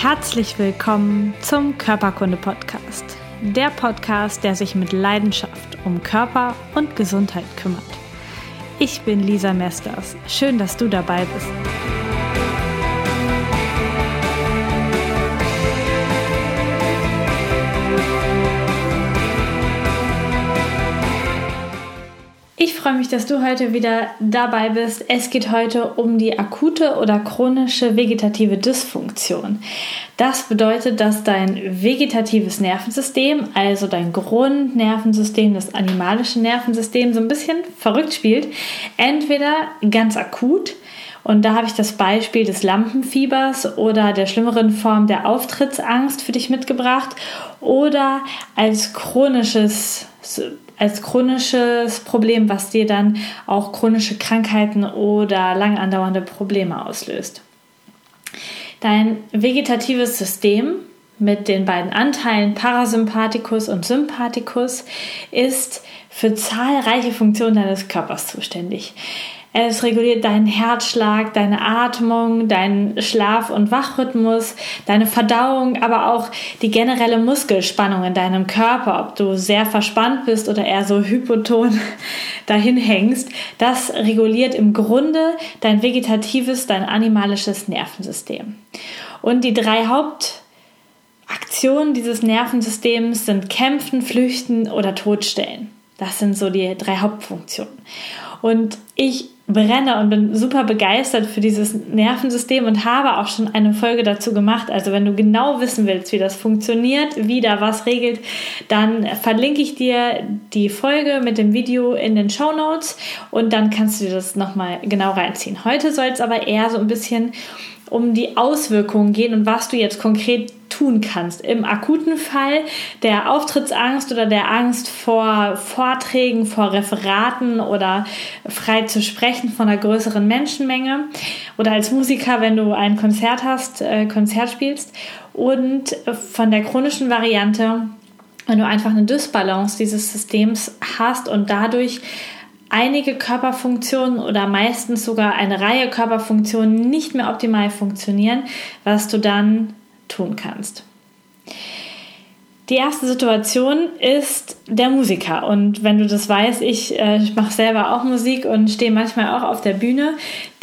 Herzlich willkommen zum Körperkunde-Podcast. Der Podcast, der sich mit Leidenschaft um Körper und Gesundheit kümmert. Ich bin Lisa Mesters. Schön, dass du dabei bist. Ich freue mich, dass du heute wieder dabei bist. Es geht heute um die akute oder chronische vegetative Dysfunktion. Das bedeutet, dass dein vegetatives Nervensystem, also dein Grundnervensystem, das animalische Nervensystem, so ein bisschen verrückt spielt. Entweder ganz akut, und da habe ich das Beispiel des Lampenfiebers oder der schlimmeren Form der Auftrittsangst für dich mitgebracht, oder als chronisches Problem, was dir dann auch chronische Krankheiten oder lang andauernde Probleme auslöst. Dein vegetatives System mit den beiden Anteilen Parasympathikus und Sympathikus ist für zahlreiche Funktionen deines Körpers zuständig. Es reguliert deinen Herzschlag, deine Atmung, deinen Schlaf- und Wachrhythmus, deine Verdauung, aber auch die generelle Muskelspannung in deinem Körper, ob du sehr verspannt bist oder eher so hypoton dahin hängst. Das reguliert im Grunde dein vegetatives, dein animalisches Nervensystem. Und die 3 Hauptaktionen dieses Nervensystems sind Kämpfen, Flüchten oder Todstellen. Das sind so die 3 Hauptfunktionen. Und ich brenne und bin super begeistert für dieses Nervensystem und habe auch schon eine Folge dazu gemacht. Also wenn du genau wissen willst, wie das funktioniert, wie da was regelt, dann verlinke ich dir die Folge mit dem Video in den Shownotes und dann kannst du dir das nochmal genau reinziehen. Heute soll es aber eher so ein bisschen um die Auswirkungen gehen und was du jetzt konkret tun kannst. Im akuten Fall der Auftrittsangst oder der Angst vor Vorträgen, vor Referaten oder frei zu sprechen von einer größeren Menschenmenge oder als Musiker, wenn du ein Konzert hast, Konzert spielst, und von der chronischen Variante, wenn du einfach eine Dysbalance dieses Systems hast und dadurch einige Körperfunktionen oder meistens sogar eine Reihe Körperfunktionen nicht mehr optimal funktionieren, was du dann tun kannst. Die erste Situation ist der Musiker. Und wenn du das weißt, ich mache selber auch Musik und stehe manchmal auch auf der Bühne,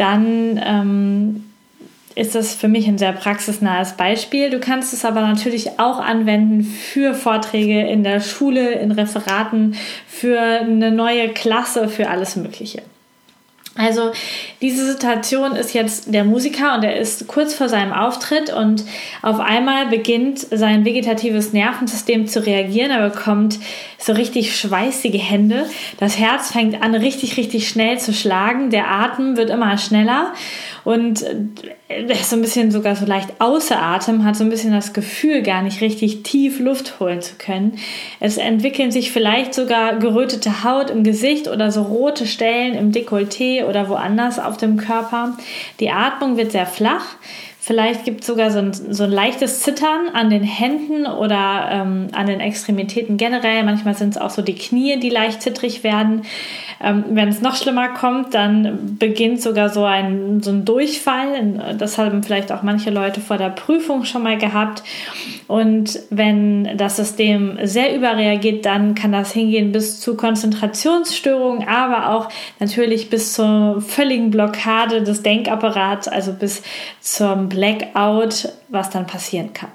dann ist das für mich ein sehr praxisnahes Beispiel. Du kannst es aber natürlich auch anwenden für Vorträge in der Schule, in Referaten, für eine neue Klasse, für alles Mögliche. Also diese Situation ist jetzt der Musiker und er ist kurz vor seinem Auftritt und auf einmal beginnt sein vegetatives Nervensystem zu reagieren. Er bekommt so richtig schweißige Hände. Das Herz fängt an richtig, richtig schnell zu schlagen. Der Atem wird immer schneller und er ist so ein bisschen sogar so leicht außer Atem, hat so ein bisschen das Gefühl, gar nicht richtig tief Luft holen zu können. Es entwickeln sich vielleicht sogar gerötete Haut im Gesicht oder so rote Stellen im Dekolleté oder woanders auf dem Körper. Die Atmung wird sehr flach. Vielleicht gibt es sogar so ein leichtes Zittern an den Händen oder an den Extremitäten generell. Manchmal sind es auch so die Knie, die leicht zittrig werden. Wenn es noch schlimmer kommt, dann beginnt sogar so ein Durchfall. Das haben vielleicht auch manche Leute vor der Prüfung schon mal gehabt. Und wenn das System sehr überreagiert, dann kann das hingehen bis zu Konzentrationsstörungen, aber auch natürlich bis zur völligen Blockade des Denkapparats, also bis zum Blackout, was dann passieren kann.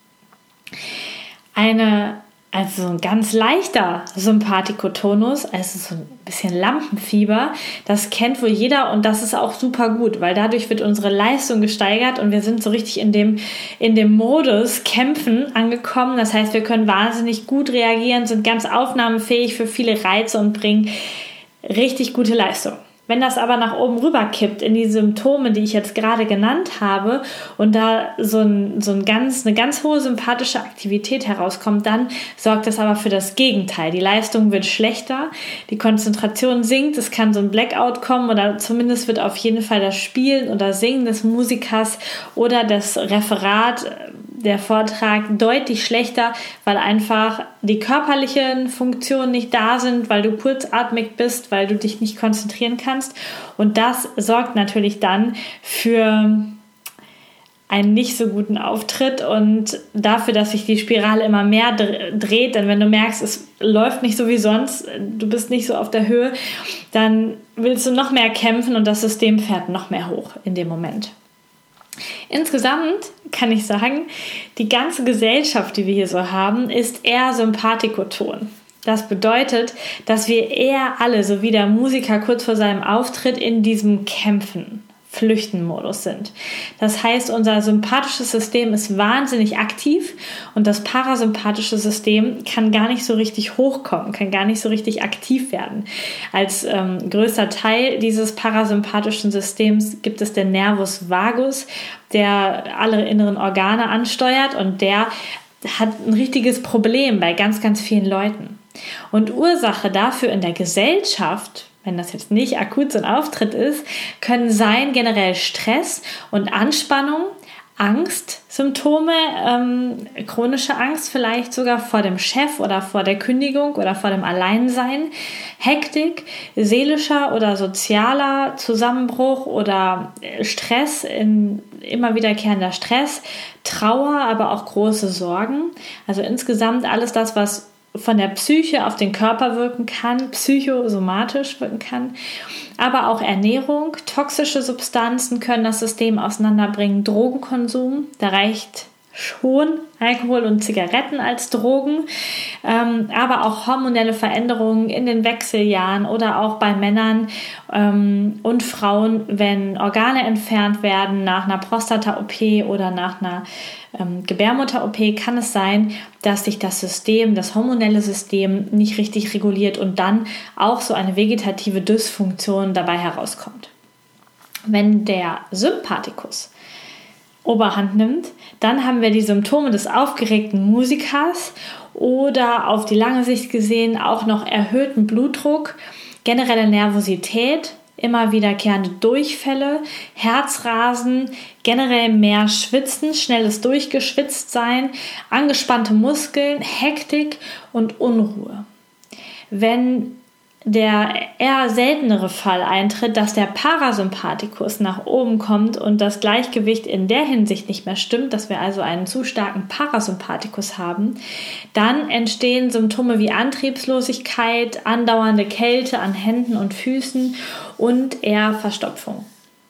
Also ein ganz leichter Sympathikotonus, also so ein bisschen Lampenfieber, das kennt wohl jeder und das ist auch super gut, weil dadurch wird unsere Leistung gesteigert und wir sind so richtig in dem Modus Kämpfen angekommen. Das heißt, wir können wahnsinnig gut reagieren, sind ganz aufnahmefähig für viele Reize und bringen richtig gute Leistung. Wenn das aber nach oben rüber kippt in die Symptome, die ich jetzt gerade genannt habe und da eine ganz hohe sympathische Aktivität herauskommt, dann sorgt das aber für das Gegenteil. Die Leistung wird schlechter, die Konzentration sinkt, es kann so ein Blackout kommen oder zumindest wird auf jeden Fall das Spielen oder Singen des Musikers oder das Referat, der Vortrag deutlich schlechter, weil einfach die körperlichen Funktionen nicht da sind, weil du kurzatmig bist, weil du dich nicht konzentrieren kannst. Und das sorgt natürlich dann für einen nicht so guten Auftritt und dafür, dass sich die Spirale immer mehr dreht, denn wenn du merkst, es läuft nicht so wie sonst, du bist nicht so auf der Höhe, dann willst du noch mehr kämpfen und das System fährt noch mehr hoch in dem Moment. Insgesamt kann ich sagen, die ganze Gesellschaft, die wir hier so haben, ist eher Sympathikoton. Das bedeutet, dass wir eher alle, so wie der Musiker kurz vor seinem Auftritt, in diesem Flüchten-Modus sind. Das heißt, unser sympathisches System ist wahnsinnig aktiv und das parasympathische System kann gar nicht so richtig hochkommen, kann gar nicht so richtig aktiv werden. Als größter Teil dieses parasympathischen Systems gibt es den Nervus vagus, der alle inneren Organe ansteuert und der hat ein richtiges Problem bei ganz, ganz vielen Leuten. Und Ursache dafür in der Gesellschaft, wenn das jetzt nicht akut so ein Auftritt ist, können sein generell Stress und Anspannung, Angstsymptome, chronische Angst vielleicht sogar vor dem Chef oder vor der Kündigung oder vor dem Alleinsein, Hektik, seelischer oder sozialer Zusammenbruch oder Stress, immer wiederkehrender Stress, Trauer, aber auch große Sorgen. Also insgesamt alles das, was von der Psyche auf den Körper wirken kann, psychosomatisch wirken kann, aber auch Ernährung, toxische Substanzen können das System auseinanderbringen, Drogenkonsum, da reicht schon Alkohol und Zigaretten als Drogen, aber auch hormonelle Veränderungen in den Wechseljahren oder auch bei Männern und Frauen, wenn Organe entfernt werden nach einer Prostata-OP oder nach einer Gebärmutter-OP, kann es sein, dass sich das System, das hormonelle System nicht richtig reguliert und dann auch so eine vegetative Dysfunktion dabei herauskommt. Wenn der Sympathikus Oberhand nimmt, dann haben wir die Symptome des aufgeregten Musikers oder auf die lange Sicht gesehen auch noch erhöhten Blutdruck, generelle Nervosität, immer wiederkehrende Durchfälle, Herzrasen, generell mehr Schwitzen, schnelles Durchgeschwitztsein, angespannte Muskeln, Hektik und Unruhe. Wenn der eher seltenere Fall eintritt, dass der Parasympathikus nach oben kommt und das Gleichgewicht in der Hinsicht nicht mehr stimmt, dass wir also einen zu starken Parasympathikus haben, dann entstehen Symptome wie Antriebslosigkeit, andauernde Kälte an Händen und Füßen und eher Verstopfung.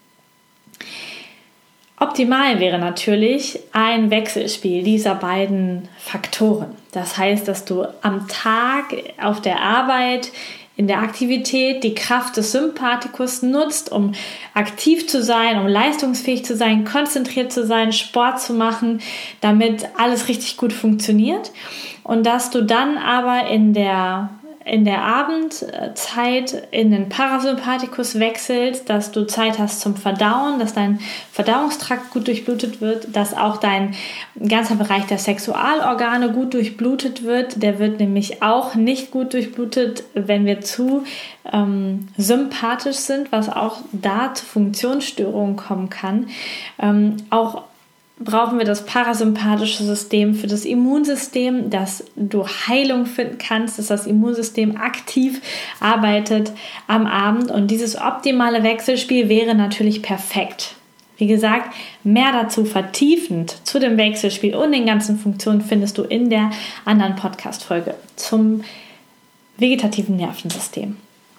Optimal wäre natürlich ein Wechselspiel dieser beiden Faktoren. Das heißt, dass du am Tag auf der Arbeit in der Aktivität die Kraft des Sympathikus nutzt, um aktiv zu sein, um leistungsfähig zu sein, konzentriert zu sein, Sport zu machen, damit alles richtig gut funktioniert. Und dass du dann aber in der Abendzeit in den Parasympathikus wechselst, dass du Zeit hast zum Verdauen, dass dein Verdauungstrakt gut durchblutet wird, dass auch dein ganzer Bereich der Sexualorgane gut durchblutet wird. Der wird nämlich auch nicht gut durchblutet, wenn wir zu sympathisch sind, was auch da zu Funktionsstörungen kommen kann. Auch brauchen wir das parasympathische System für das Immunsystem, dass du Heilung finden kannst, dass das Immunsystem aktiv arbeitet am Abend. Und dieses optimale Wechselspiel wäre natürlich perfekt. Wie gesagt, mehr dazu vertiefend zu dem Wechselspiel und den ganzen Funktionen findest du in der anderen Podcast-Folge zum vegetativen Nervensystem.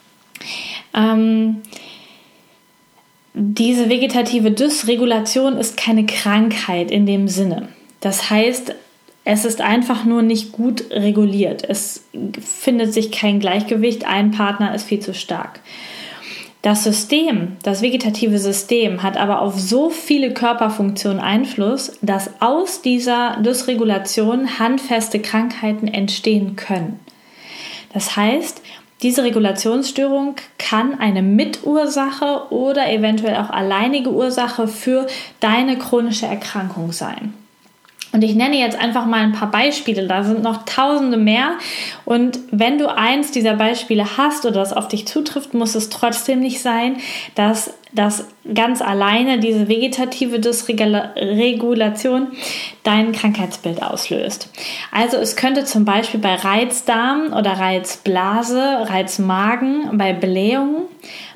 Diese vegetative Dysregulation ist keine Krankheit in dem Sinne. Das heißt, es ist einfach nur nicht gut reguliert. Es findet sich kein Gleichgewicht, ein Partner ist viel zu stark. Das System, das vegetative System, hat aber auf so viele Körperfunktionen Einfluss, dass aus dieser Dysregulation handfeste Krankheiten entstehen können. Das heißt, diese Regulationsstörung kann eine Mitursache oder eventuell auch alleinige Ursache für deine chronische Erkrankung sein. Und ich nenne jetzt einfach mal ein paar Beispiele, da sind noch tausende mehr. Und wenn du eins dieser Beispiele hast oder das auf dich zutrifft, muss es trotzdem nicht sein, dass das ganz alleine diese vegetative Dysregulation dein Krankheitsbild auslöst. Also es könnte zum Beispiel bei Reizdarm oder Reizblase, Reizmagen, bei Blähungen,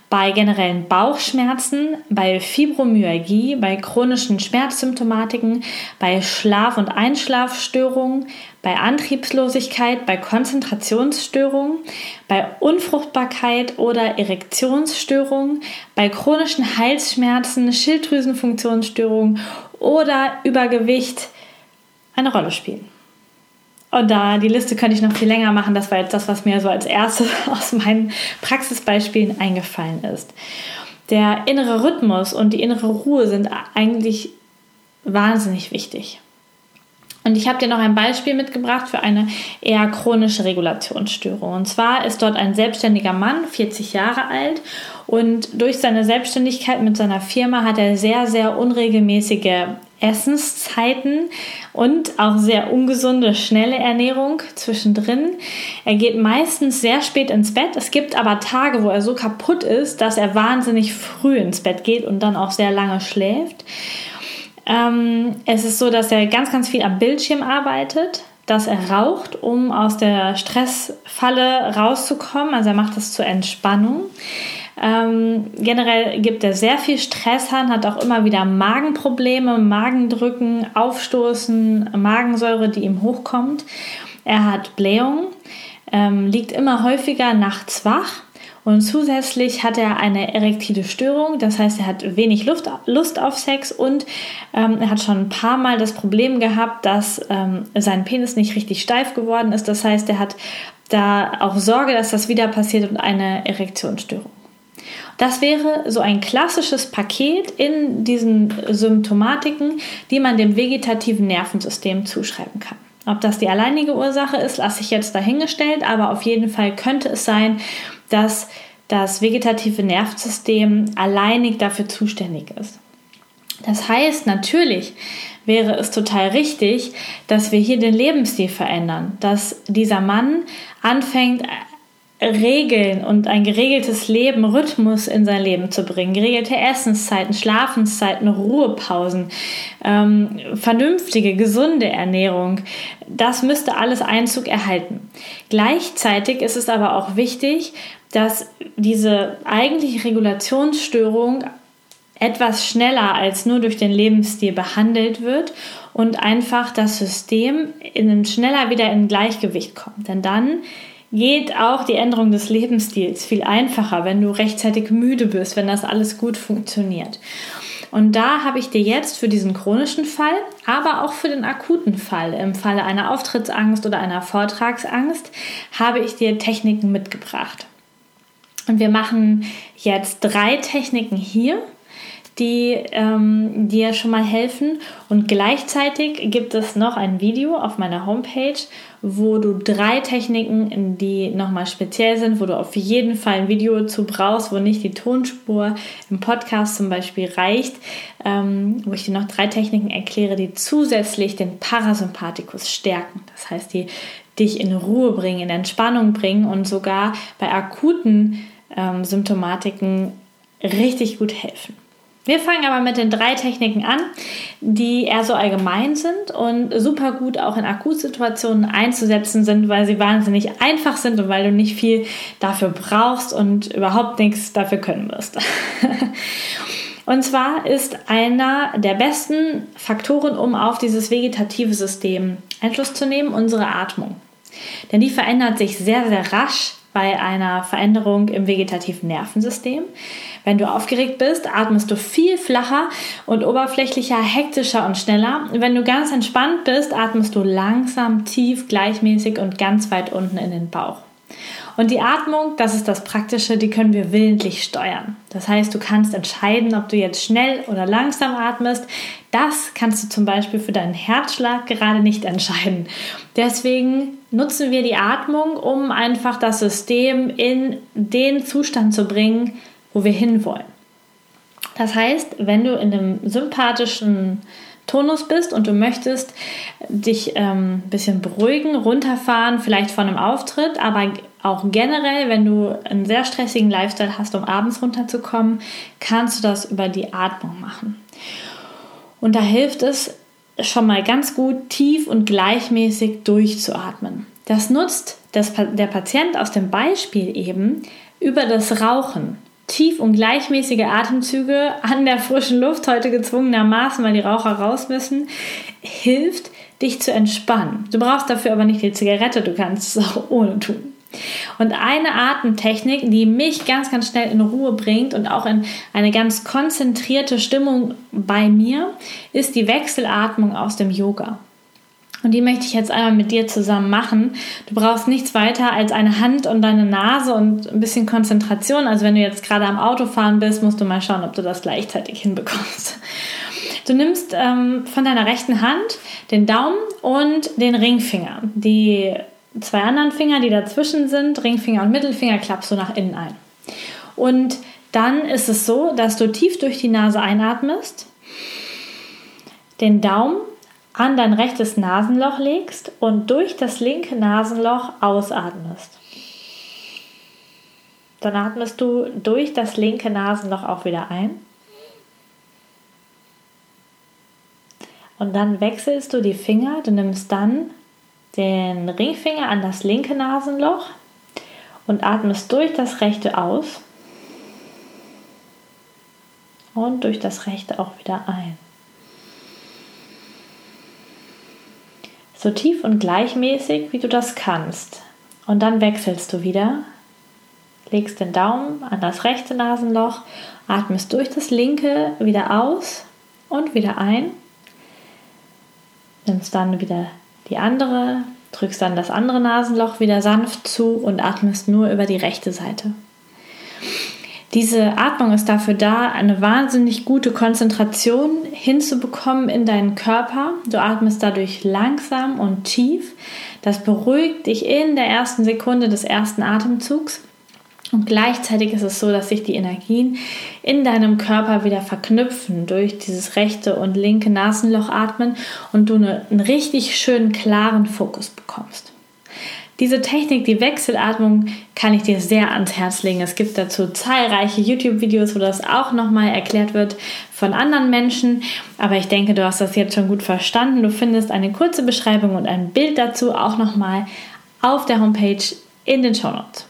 bei generellen Bauchschmerzen, bei Fibromyalgie, bei chronischen Schmerzsymptomatiken, bei Schlaf- und Einschlafstörungen, bei Antriebslosigkeit, bei Konzentrationsstörungen, bei Unfruchtbarkeit oder Erektionsstörungen, bei chronischen Halsschmerzen, Schilddrüsenfunktionsstörungen oder Übergewicht eine Rolle spielen. Und da die Liste könnte ich noch viel länger machen. Das war jetzt das, was mir so als erstes aus meinen Praxisbeispielen eingefallen ist. Der innere Rhythmus und die innere Ruhe sind eigentlich wahnsinnig wichtig. Und ich habe dir noch ein Beispiel mitgebracht für eine eher chronische Regulationsstörung. Und zwar ist dort ein selbstständiger Mann, 40 Jahre alt, und durch seine Selbstständigkeit mit seiner Firma hat er sehr, sehr unregelmäßige Essenszeiten und auch sehr ungesunde, schnelle Ernährung zwischendrin. Er geht meistens sehr spät ins Bett. Es gibt aber Tage, wo er so kaputt ist, dass er wahnsinnig früh ins Bett geht und dann auch sehr lange schläft. Es ist so, dass er ganz, ganz viel am Bildschirm arbeitet, dass er raucht, um aus der Stressfalle rauszukommen. Also er macht das zur Entspannung. Generell gibt er sehr viel Stress an, hat auch immer wieder Magenprobleme, Magendrücken, Aufstoßen, Magensäure, die ihm hochkommt. Er hat Blähungen, liegt immer häufiger nachts wach. Und zusätzlich hat er eine erektile Störung, das heißt, er hat wenig Lust auf Sex und er hat schon ein paar Mal das Problem gehabt, dass sein Penis nicht richtig steif geworden ist. Das heißt, er hat da auch Sorge, dass das wieder passiert und eine Erektionsstörung. Das wäre so ein klassisches Paket in diesen Symptomatiken, die man dem vegetativen Nervensystem zuschreiben kann. Ob das die alleinige Ursache ist, lasse ich jetzt dahingestellt, aber auf jeden Fall könnte es sein, dass das vegetative Nervensystem alleinig dafür zuständig ist. Das heißt, natürlich wäre es total richtig, dass wir hier den Lebensstil verändern, dass dieser Mann anfängt, Regeln und ein geregeltes Leben, Rhythmus in sein Leben zu bringen, geregelte Essenszeiten, Schlafenszeiten, Ruhepausen, vernünftige, gesunde Ernährung. Das müsste alles Einzug erhalten. Gleichzeitig ist es aber auch wichtig, dass diese eigentliche Regulationsstörung etwas schneller als nur durch den Lebensstil behandelt wird und einfach das System schneller wieder in Gleichgewicht kommt. Denn dann geht auch die Änderung des Lebensstils viel einfacher, wenn du rechtzeitig müde bist, wenn das alles gut funktioniert. Und da habe ich dir jetzt für diesen chronischen Fall, aber auch für den akuten Fall, im Falle einer Auftrittsangst oder einer Vortragsangst, habe ich dir Techniken mitgebracht. Und wir machen jetzt 3 Techniken hier, die dir schon mal helfen. Und gleichzeitig gibt es noch ein Video auf meiner Homepage, wo du 3 Techniken, die nochmal speziell sind, wo du auf jeden Fall ein Video zu brauchst, wo nicht die Tonspur im Podcast zum Beispiel reicht, wo ich dir noch 3 Techniken erkläre, die zusätzlich den Parasympathikus stärken. Das heißt, die dich in Ruhe bringen, in Entspannung bringen und sogar bei akuten Symptomatiken richtig gut helfen. Wir fangen aber mit den 3 Techniken an, die eher so allgemein sind und super gut auch in Akutsituationen einzusetzen sind, weil sie wahnsinnig einfach sind und weil du nicht viel dafür brauchst und überhaupt nichts dafür können wirst. Und zwar ist einer der besten Faktoren, um auf dieses vegetative System Einfluss zu nehmen, unsere Atmung. Denn die verändert sich sehr, sehr rasch bei einer Veränderung im vegetativen Nervensystem. Wenn du aufgeregt bist, atmest du viel flacher und oberflächlicher, hektischer und schneller. Wenn du ganz entspannt bist, atmest du langsam, tief, gleichmäßig und ganz weit unten in den Bauch. Und die Atmung, das ist das Praktische, die können wir willentlich steuern. Das heißt, du kannst entscheiden, ob du jetzt schnell oder langsam atmest. Das kannst du zum Beispiel für deinen Herzschlag gerade nicht entscheiden. Deswegen nutzen wir die Atmung, um einfach das System in den Zustand zu bringen, wo wir hinwollen. Das heißt, wenn du in einem sympathischen Tonus bist und du möchtest dich ein bisschen beruhigen, runterfahren, vielleicht von einem Auftritt, aber auch generell, wenn du einen sehr stressigen Lifestyle hast, um abends runterzukommen, kannst du das über die Atmung machen. Und da hilft es schon mal ganz gut, tief und gleichmäßig durchzuatmen. Das nutzt der Patient aus dem Beispiel eben über das Rauchen. tief und gleichmäßige Atemzüge an der frischen Luft, heute gezwungenermaßen, weil die Raucher raus müssen, hilft, dich zu entspannen. Du brauchst dafür aber nicht die Zigarette, du kannst es auch ohne tun. Und eine Atemtechnik, die mich ganz, ganz schnell in Ruhe bringt und auch in eine ganz konzentrierte Stimmung bei mir, ist die Wechselatmung aus dem Yoga. Und die möchte ich jetzt einmal mit dir zusammen machen. Du brauchst nichts weiter als eine Hand und deine Nase und ein bisschen Konzentration. Also wenn du jetzt gerade am Autofahren bist, musst du mal schauen, ob du das gleichzeitig hinbekommst. Du nimmst von deiner rechten Hand den Daumen und den Ringfinger. Die 2 anderen Finger, die dazwischen sind, Ringfinger und Mittelfinger, klappst du nach innen ein. Und dann ist es so, dass du tief durch die Nase einatmest, den Daumen an dein rechtes Nasenloch legst und durch das linke Nasenloch ausatmest. Dann atmest du durch das linke Nasenloch auch wieder ein. Und dann wechselst du die Finger, du nimmst dann den Ringfinger an das linke Nasenloch und atmest durch das rechte aus und durch das rechte auch wieder ein. So tief und gleichmäßig, wie du das kannst. Und dann wechselst du wieder, legst den Daumen an das rechte Nasenloch, atmest durch das linke wieder aus und wieder ein, nimmst dann wieder die andere, drückst dann das andere Nasenloch wieder sanft zu und atmest nur über die rechte Seite. Diese Atmung ist dafür da, eine wahnsinnig gute Konzentration hinzubekommen in deinen Körper. Du atmest dadurch langsam und tief. Das beruhigt dich in der ersten Sekunde des ersten Atemzugs. Und gleichzeitig ist es so, dass sich die Energien in deinem Körper wieder verknüpfen durch dieses rechte und linke Nasenloch atmen und du einen richtig schönen, klaren Fokus bekommst. Diese Technik, die Wechselatmung, kann ich dir sehr ans Herz legen. Es gibt dazu zahlreiche YouTube-Videos, wo das auch nochmal erklärt wird von anderen Menschen. Aber ich denke, du hast das jetzt schon gut verstanden. Du findest eine kurze Beschreibung und ein Bild dazu auch nochmal auf der Homepage in den Shownotes.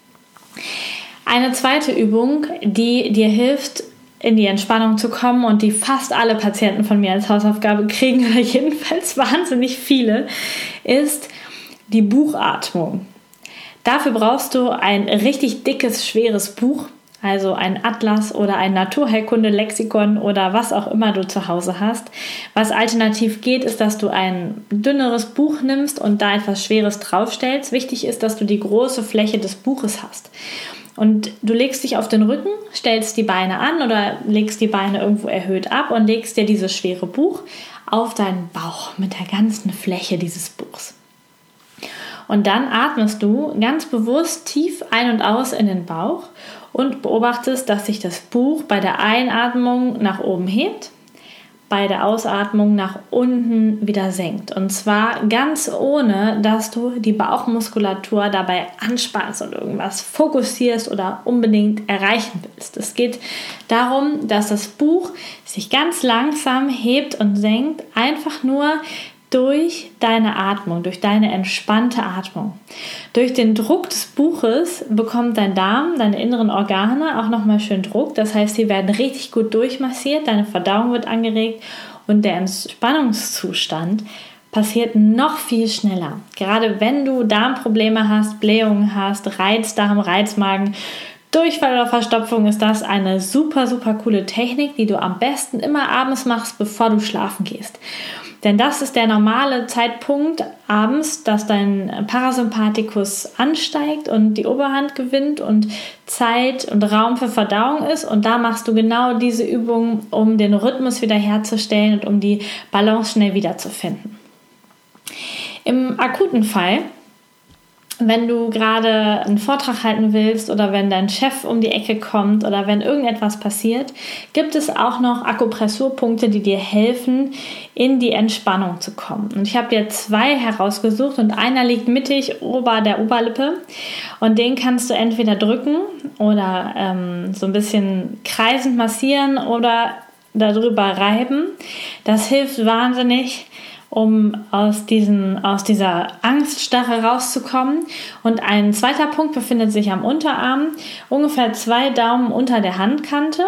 Eine zweite Übung, die dir hilft, in die Entspannung zu kommen und die fast alle Patienten von mir als Hausaufgabe kriegen, oder jedenfalls wahnsinnig viele, ist die Buchatmung. Dafür brauchst du ein richtig dickes, schweres Buch, also ein Atlas oder ein Naturheilkunde-Lexikon oder was auch immer du zu Hause hast. Was alternativ geht, ist, dass du ein dünneres Buch nimmst und da etwas Schweres draufstellst. Wichtig ist, dass du die große Fläche des Buches hast. Und du legst dich auf den Rücken, stellst die Beine an oder legst die Beine irgendwo erhöht ab und legst dir dieses schwere Buch auf deinen Bauch mit der ganzen Fläche dieses Buchs. Und dann atmest du ganz bewusst tief ein und aus in den Bauch und beobachtest, dass sich das Buch bei der Einatmung nach oben hebt, bei der Ausatmung nach unten wieder senkt. Und zwar ganz ohne, dass du die Bauchmuskulatur dabei anspannst und irgendwas fokussierst oder unbedingt erreichen willst. Es geht darum, dass das Buch sich ganz langsam hebt und senkt, einfach nur durch deine Atmung, durch deine entspannte Atmung. Durch den Druck des Buches bekommt dein Darm, deine inneren Organe auch nochmal schön Druck. Das heißt, sie werden richtig gut durchmassiert, deine Verdauung wird angeregt und der Entspannungszustand passiert noch viel schneller. Gerade wenn du Darmprobleme hast, Blähungen hast, Reizdarm, Reizmagen, Durchfall oder Verstopfung, ist das eine super, super coole Technik, die du am besten immer abends machst, bevor du schlafen gehst. Denn das ist der normale Zeitpunkt abends, dass dein Parasympathikus ansteigt und die Oberhand gewinnt und Zeit und Raum für Verdauung ist. Und da machst du genau diese Übung, um den Rhythmus wiederherzustellen und um die Balance schnell wiederzufinden. Im akuten Fall, wenn du gerade einen Vortrag halten willst oder wenn dein Chef um die Ecke kommt oder wenn irgendetwas passiert, gibt es auch noch Akupressurpunkte, die dir helfen, in die Entspannung zu kommen. Und ich habe dir 2 herausgesucht und einer liegt mittig ober der Oberlippe und den kannst du entweder drücken oder so ein bisschen kreisend massieren oder darüber reiben. Das hilft wahnsinnig, um aus dieser Angststarre rauszukommen. Und ein zweiter Punkt befindet sich am Unterarm, ungefähr 2 Daumen unter der Handkante.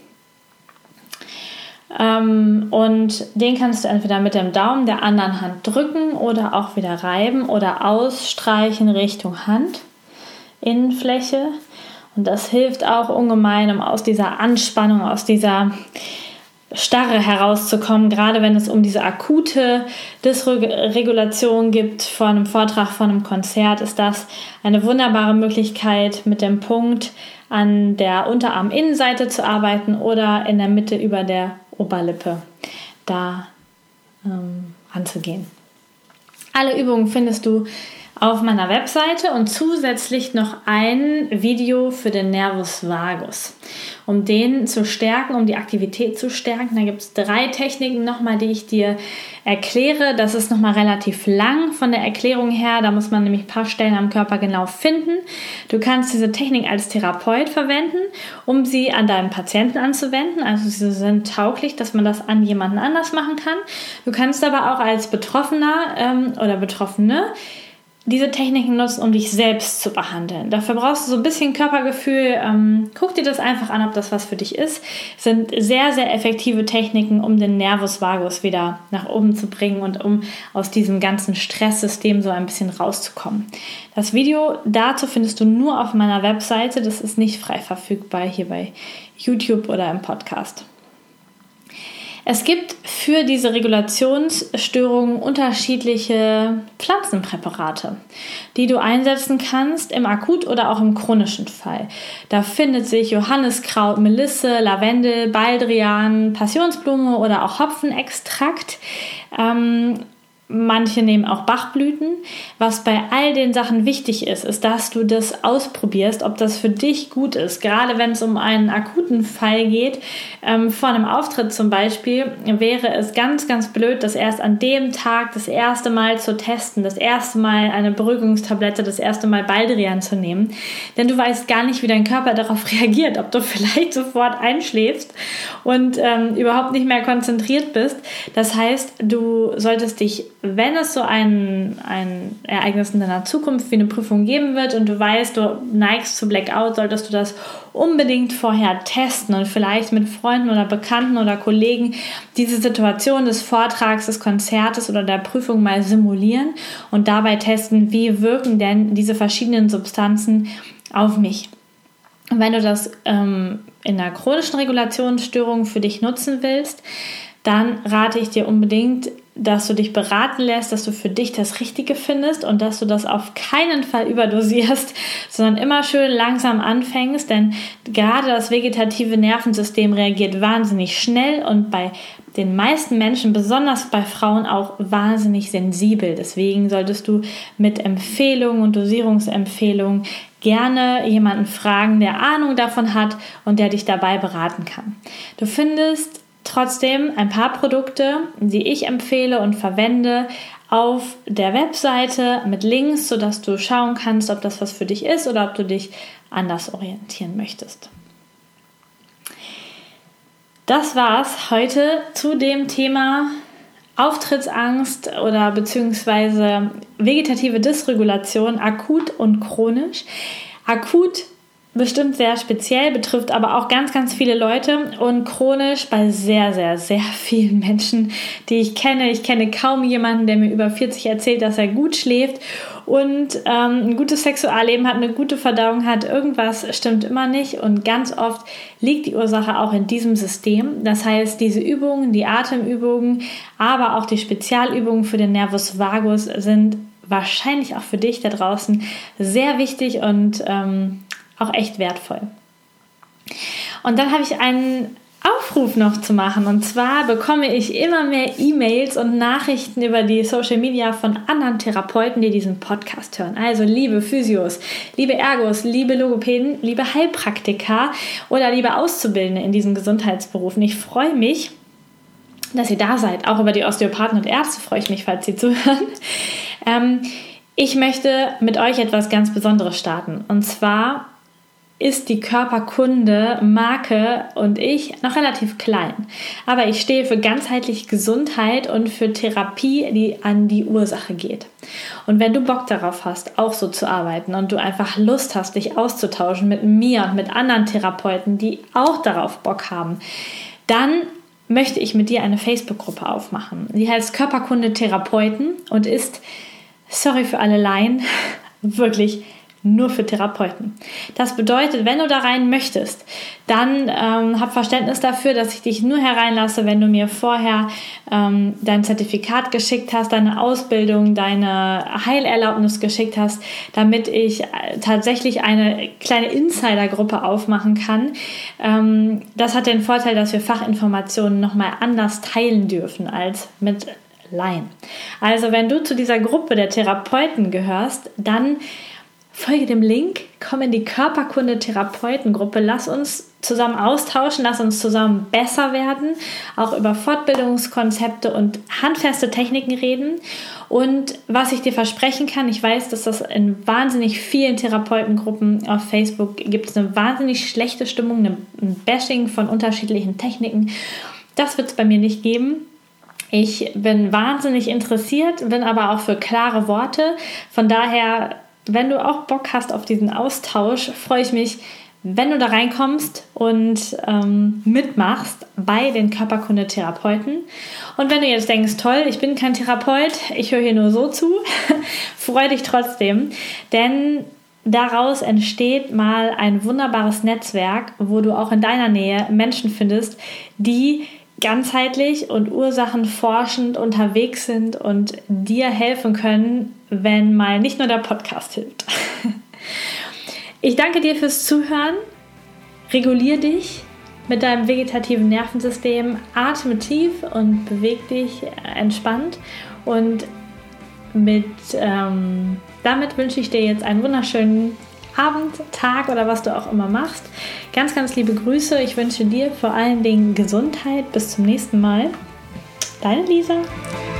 Und den kannst du entweder mit dem Daumen der anderen Hand drücken oder auch wieder reiben oder ausstreichen Richtung Handinnenfläche. Und das hilft auch ungemein, um aus dieser Anspannung, aus dieser Starre herauszukommen, gerade wenn es um diese akute Dysregulation gibt vor einem Vortrag, vor einem Konzert, ist das eine wunderbare Möglichkeit, mit dem Punkt an der Unterarminnenseite zu arbeiten oder in der Mitte über der Oberlippe da anzugehen. Alle Übungen findest du auf meiner Webseite und zusätzlich noch ein Video für den Nervus vagus, um den zu stärken, um die Aktivität zu stärken. Da gibt es 3 Techniken nochmal, die ich dir erkläre. Das ist nochmal relativ lang von der Erklärung her. Da muss man nämlich ein paar Stellen am Körper genau finden. Du kannst diese Technik als Therapeut verwenden, um sie an deinem Patienten anzuwenden. Also sie sind tauglich, dass man das an jemanden anders machen kann. Du kannst aber auch als Betroffener oder Betroffene diese Techniken nutzen, um dich selbst zu behandeln. Dafür brauchst du so ein bisschen Körpergefühl. Guck dir das einfach an, ob das was für dich ist. Es sind sehr, sehr effektive Techniken, um den Nervus vagus wieder nach oben zu bringen und um aus diesem ganzen Stresssystem so ein bisschen rauszukommen. Das Video dazu findest du nur auf meiner Webseite. Das ist nicht frei verfügbar hier bei YouTube oder im Podcast. Es gibt für diese Regulationsstörungen unterschiedliche Pflanzenpräparate, die du einsetzen kannst im akut oder auch im chronischen Fall. Da findet sich Johanniskraut, Melisse, Lavendel, Baldrian, Passionsblume oder auch Hopfenextrakt. Manche nehmen auch Bachblüten. Was bei all den Sachen wichtig ist, ist, dass du das ausprobierst, ob das für dich gut ist. Gerade wenn es um einen akuten Fall geht, vor einem Auftritt zum Beispiel, wäre es ganz, ganz blöd, das erst an dem Tag das erste Mal zu testen, das erste Mal eine Beruhigungstablette, das erste Mal Baldrian zu nehmen. Denn du weißt gar nicht, wie dein Körper darauf reagiert, ob du vielleicht sofort einschläfst und überhaupt nicht mehr konzentriert bist. Das heißt, du solltest dich, wenn es so ein Ereignis in deiner Zukunft wie eine Prüfung geben wird und du weißt, du neigst zu Blackout, solltest du das unbedingt vorher testen und vielleicht mit Freunden oder Bekannten oder Kollegen diese Situation des Vortrags, des Konzertes oder der Prüfung mal simulieren und dabei testen, wie wirken denn diese verschiedenen Substanzen auf mich. Und wenn du das in einer chronischen Regulationsstörung für dich nutzen willst, dann rate ich dir unbedingt, dass du dich beraten lässt, dass du für dich das Richtige findest und dass du das auf keinen Fall überdosierst, sondern immer schön langsam anfängst, denn gerade das vegetative Nervensystem reagiert wahnsinnig schnell und bei den meisten Menschen, besonders bei Frauen, auch wahnsinnig sensibel. Deswegen solltest du mit Empfehlungen und Dosierungsempfehlungen gerne jemanden fragen, der Ahnung davon hat und der dich dabei beraten kann. Du findest trotzdem ein paar Produkte, die ich empfehle und verwende, auf der Webseite mit Links, sodass du schauen kannst, ob das was für dich ist oder ob du dich anders orientieren möchtest. Das war's heute zu dem Thema Auftrittsangst oder beziehungsweise vegetative Dysregulation, akut und chronisch. Akut bestimmt sehr speziell, betrifft aber auch ganz, ganz viele Leute und chronisch bei sehr, sehr, sehr vielen Menschen, die ich kenne. Ich kenne kaum jemanden, der mir über 40 erzählt, dass er gut schläft und ein gutes Sexualleben hat, eine gute Verdauung hat. Irgendwas stimmt immer nicht und ganz oft liegt die Ursache auch in diesem System. Das heißt, diese Übungen, die Atemübungen, aber auch die Spezialübungen für den Nervus vagus sind wahrscheinlich auch für dich da draußen sehr wichtig und auch echt wertvoll. Und dann habe ich einen Aufruf noch zu machen. Und zwar bekomme ich immer mehr E-Mails und Nachrichten über die Social Media von anderen Therapeuten, die diesen Podcast hören. Also liebe Physios, liebe Ergos, liebe Logopäden, liebe Heilpraktiker oder liebe Auszubildende in diesen Gesundheitsberufen. Ich freue mich, dass ihr da seid. Auch über die Osteopathen und Ärzte freue ich mich, falls sie zuhören. Ich möchte mit euch etwas ganz Besonderes starten. Und zwar ist die Körperkunde Marke und ich noch relativ klein. Aber ich stehe für ganzheitliche Gesundheit und für Therapie, die an die Ursache geht. Und wenn du Bock darauf hast, auch so zu arbeiten und du einfach Lust hast, dich auszutauschen mit mir und mit anderen Therapeuten, die auch darauf Bock haben, dann möchte ich mit dir eine Facebook-Gruppe aufmachen. Die heißt Körperkunde Therapeuten und ist, sorry für alle Laien, wirklich nur für Therapeuten. Das bedeutet, wenn du da rein möchtest, dann hab Verständnis dafür, dass ich dich nur hereinlasse, wenn du mir vorher dein Zertifikat geschickt hast, deine Ausbildung, deine Heilerlaubnis geschickt hast, damit ich tatsächlich eine kleine Insidergruppe aufmachen kann. Das hat den Vorteil, dass wir Fachinformationen nochmal anders teilen dürfen als mit Laien. Also wenn du zu dieser Gruppe der Therapeuten gehörst, dann folge dem Link, komm in die Körperkunde-Therapeutengruppe, lass uns zusammen austauschen, lass uns zusammen besser werden, auch über Fortbildungskonzepte und handfeste Techniken reden. Und was ich dir versprechen kann, ich weiß, dass das in wahnsinnig vielen Therapeutengruppen auf Facebook gibt es eine wahnsinnig schlechte Stimmung, ein Bashing von unterschiedlichen Techniken. Das wird es bei mir nicht geben. Ich bin wahnsinnig interessiert, bin aber auch für klare Worte. Von daher, wenn du auch Bock hast auf diesen Austausch, freue ich mich, wenn du da reinkommst und mitmachst bei den Körperkunde-Therapeuten. Und wenn du jetzt denkst, toll, ich bin kein Therapeut, ich höre hier nur so zu, freu dich trotzdem, denn daraus entsteht mal ein wunderbares Netzwerk, wo du auch in deiner Nähe Menschen findest, die ganzheitlich und ursachenforschend unterwegs sind und dir helfen können, wenn mal nicht nur der Podcast hilft. Ich danke dir fürs Zuhören. Regulier dich mit deinem vegetativen Nervensystem, atme tief und beweg dich entspannt. Und damit wünsche ich dir jetzt einen wunderschönen Abend, Tag oder was du auch immer machst. Ganz, ganz liebe Grüße. Ich wünsche dir vor allen Dingen Gesundheit. Bis zum nächsten Mal. Deine Lisa.